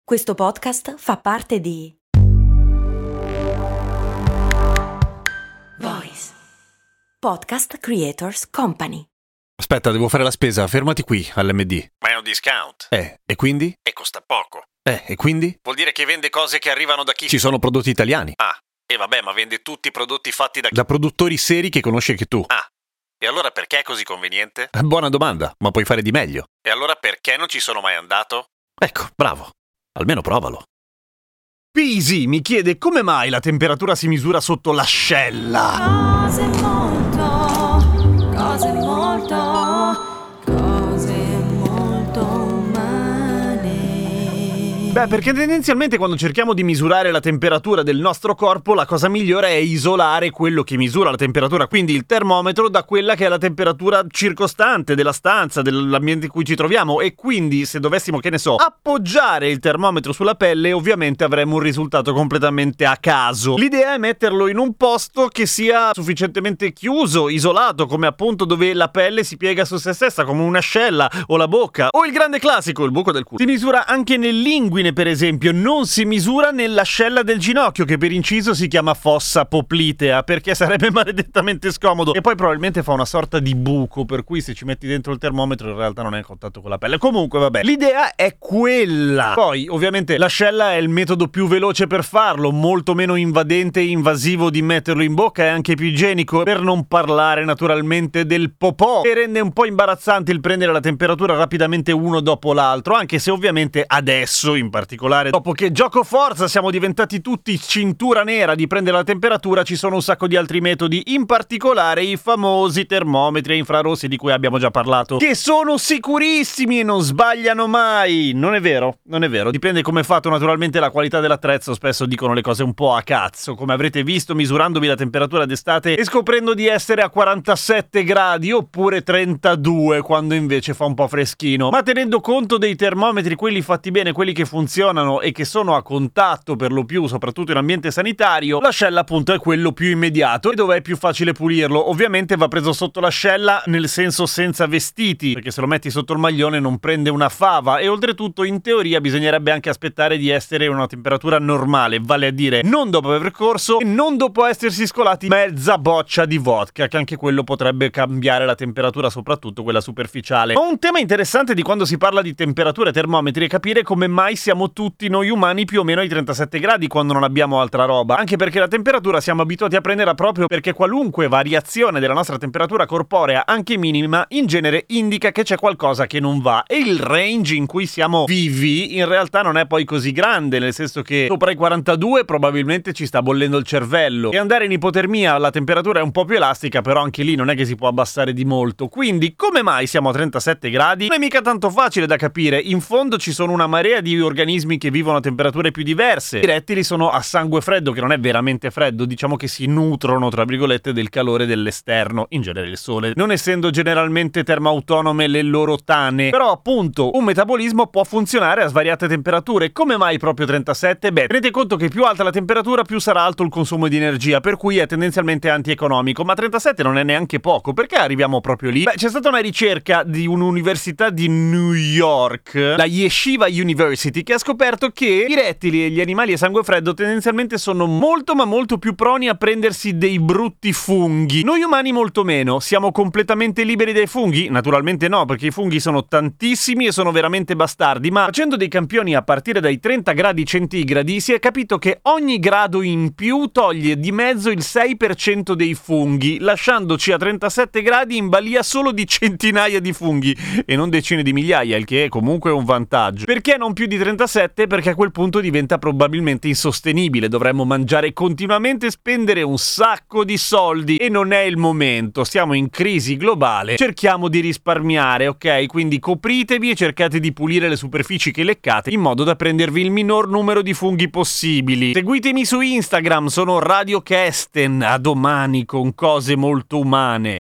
Questo podcast fa parte di Voice Podcast Creators Company. Aspetta, devo fare la spesa, fermati qui all'MD. Ma è un discount. E quindi? E costa poco. E quindi? Vuol dire che vende cose che arrivano da chi? Ci sono prodotti italiani. Ah, e vabbè, ma vende tutti i prodotti fatti da chi? Da produttori seri che conosci anche tu. Ah, e allora perché è così conveniente? Buona domanda, ma puoi fare di meglio. E allora perché non ci sono mai andato? Ecco, bravo. Almeno provalo. Pisi mi chiede come mai la temperatura si misura sotto l'ascella. Cose molto umane. Beh, perché tendenzialmente quando cerchiamo di misurare la temperatura del nostro corpo, la cosa migliore è isolare quello che misura la temperatura, quindi il termometro, da quella che è la temperatura circostante della stanza, dell'ambiente in cui ci troviamo. E quindi se dovessimo, che ne so, appoggiare il termometro sulla pelle, ovviamente avremmo un risultato completamente a caso. L'idea è metterlo in un posto che sia sufficientemente chiuso, isolato, come appunto dove la pelle si piega su se stessa, come un'ascella o la bocca, o il grande classico, il buco del culo. Si misura anche nell'inguine, per esempio, non si misura nell'ascella del ginocchio, che per inciso si chiama fossa poplitea, perché sarebbe maledettamente scomodo e poi probabilmente fa una sorta di buco, per cui se ci metti dentro il termometro in realtà non è in contatto con la pelle. Comunque vabbè, l'idea è quella. Poi ovviamente l'ascella è il metodo più veloce per farlo, molto meno invadente e invasivo di metterlo in bocca, è anche più igienico, per non parlare naturalmente del popò, che rende un po' imbarazzante il prendere la temperatura rapidamente uno dopo l'altro, anche se ovviamente adesso, in particolare dopo che gioco forza siamo diventati tutti cintura nera di prendere la temperatura, ci sono un sacco di altri metodi, in particolare i famosi termometri a infrarossi di cui abbiamo già parlato, che sono sicurissimi e non sbagliano mai. Non è vero, dipende come è fatto naturalmente la qualità dell'attrezzo, spesso dicono le cose un po' a cazzo, come avrete visto misurandovi la temperatura d'estate e scoprendo di essere a 47 gradi oppure 32 quando invece fa un po' freschino. Ma tenendo conto dei termometri, quelli fatti bene, quelli che funzionano e che sono a contatto per lo più, soprattutto in ambiente sanitario, l'ascella appunto è quello più immediato e dove è più facile pulirlo. Ovviamente va preso sotto l'ascella nel senso senza vestiti, perché se lo metti sotto il maglione non prende una fava, e oltretutto in teoria bisognerebbe anche aspettare di essere a una temperatura normale, vale a dire non dopo aver corso e non dopo essersi scolati mezza boccia di vodka, che anche quello potrebbe cambiare la temperatura, soprattutto quella superficiale. Ma un tema interessante di quando si parla di temperature e termometri è capire come mai siamo tutti noi umani più o meno ai 37 gradi quando non abbiamo altra roba, anche perché la temperatura siamo abituati a prenderla proprio perché qualunque variazione della nostra temperatura corporea, anche minima, in genere indica che c'è qualcosa che non va, e il range in cui siamo vivi in realtà non è poi così grande, nel senso che sopra i 42 probabilmente ci sta bollendo il cervello, e andare in ipotermia la temperatura è un po' più elastica, però anche lì non è che si può abbassare di molto. Quindi come mai siamo a 37 gradi? Non è mica tanto facile da capire, in fondo ci sono una marea di organismi che vivono a temperature più diverse. I rettili sono a sangue freddo, che non è veramente freddo, diciamo che si nutrono tra virgolette del calore dell'esterno, in genere il sole, non essendo generalmente termoautonome le loro tane, però appunto un metabolismo può funzionare a svariate temperature. Come mai proprio 37? Beh, tenete conto che più alta la temperatura più sarà alto il consumo di energia, per cui è tendenzialmente antieconomico, ma 37 non è neanche poco. Perché arriviamo proprio lì? Beh, c'è stata una ricerca di un'università di New York, la Yeshiva University, che ha scoperto che i rettili e gli animali a sangue freddo tendenzialmente sono molto ma molto più proni a prendersi dei brutti funghi. Noi umani molto meno. Siamo completamente liberi dai funghi? Naturalmente no, perché i funghi sono tantissimi e sono veramente bastardi, ma facendo dei campioni a partire dai 30 gradi centigradi si è capito che ogni grado in più toglie di mezzo il 6% dei funghi, lasciandoci a 37 gradi in balia solo di centinaia di funghi e non decine di migliaia, il che è comunque un vantaggio. Perché non più di 37? Perché a quel punto diventa probabilmente insostenibile, dovremmo mangiare continuamente e spendere un sacco di soldi, e non è il momento, siamo in crisi globale, cerchiamo di risparmiare, ok? Quindi copritevi e cercate di pulire le superfici che leccate in modo da prendervi il minor numero di funghi possibili. Seguitemi su Instagram, sono Radio Kesten, a domani con cose molto umane.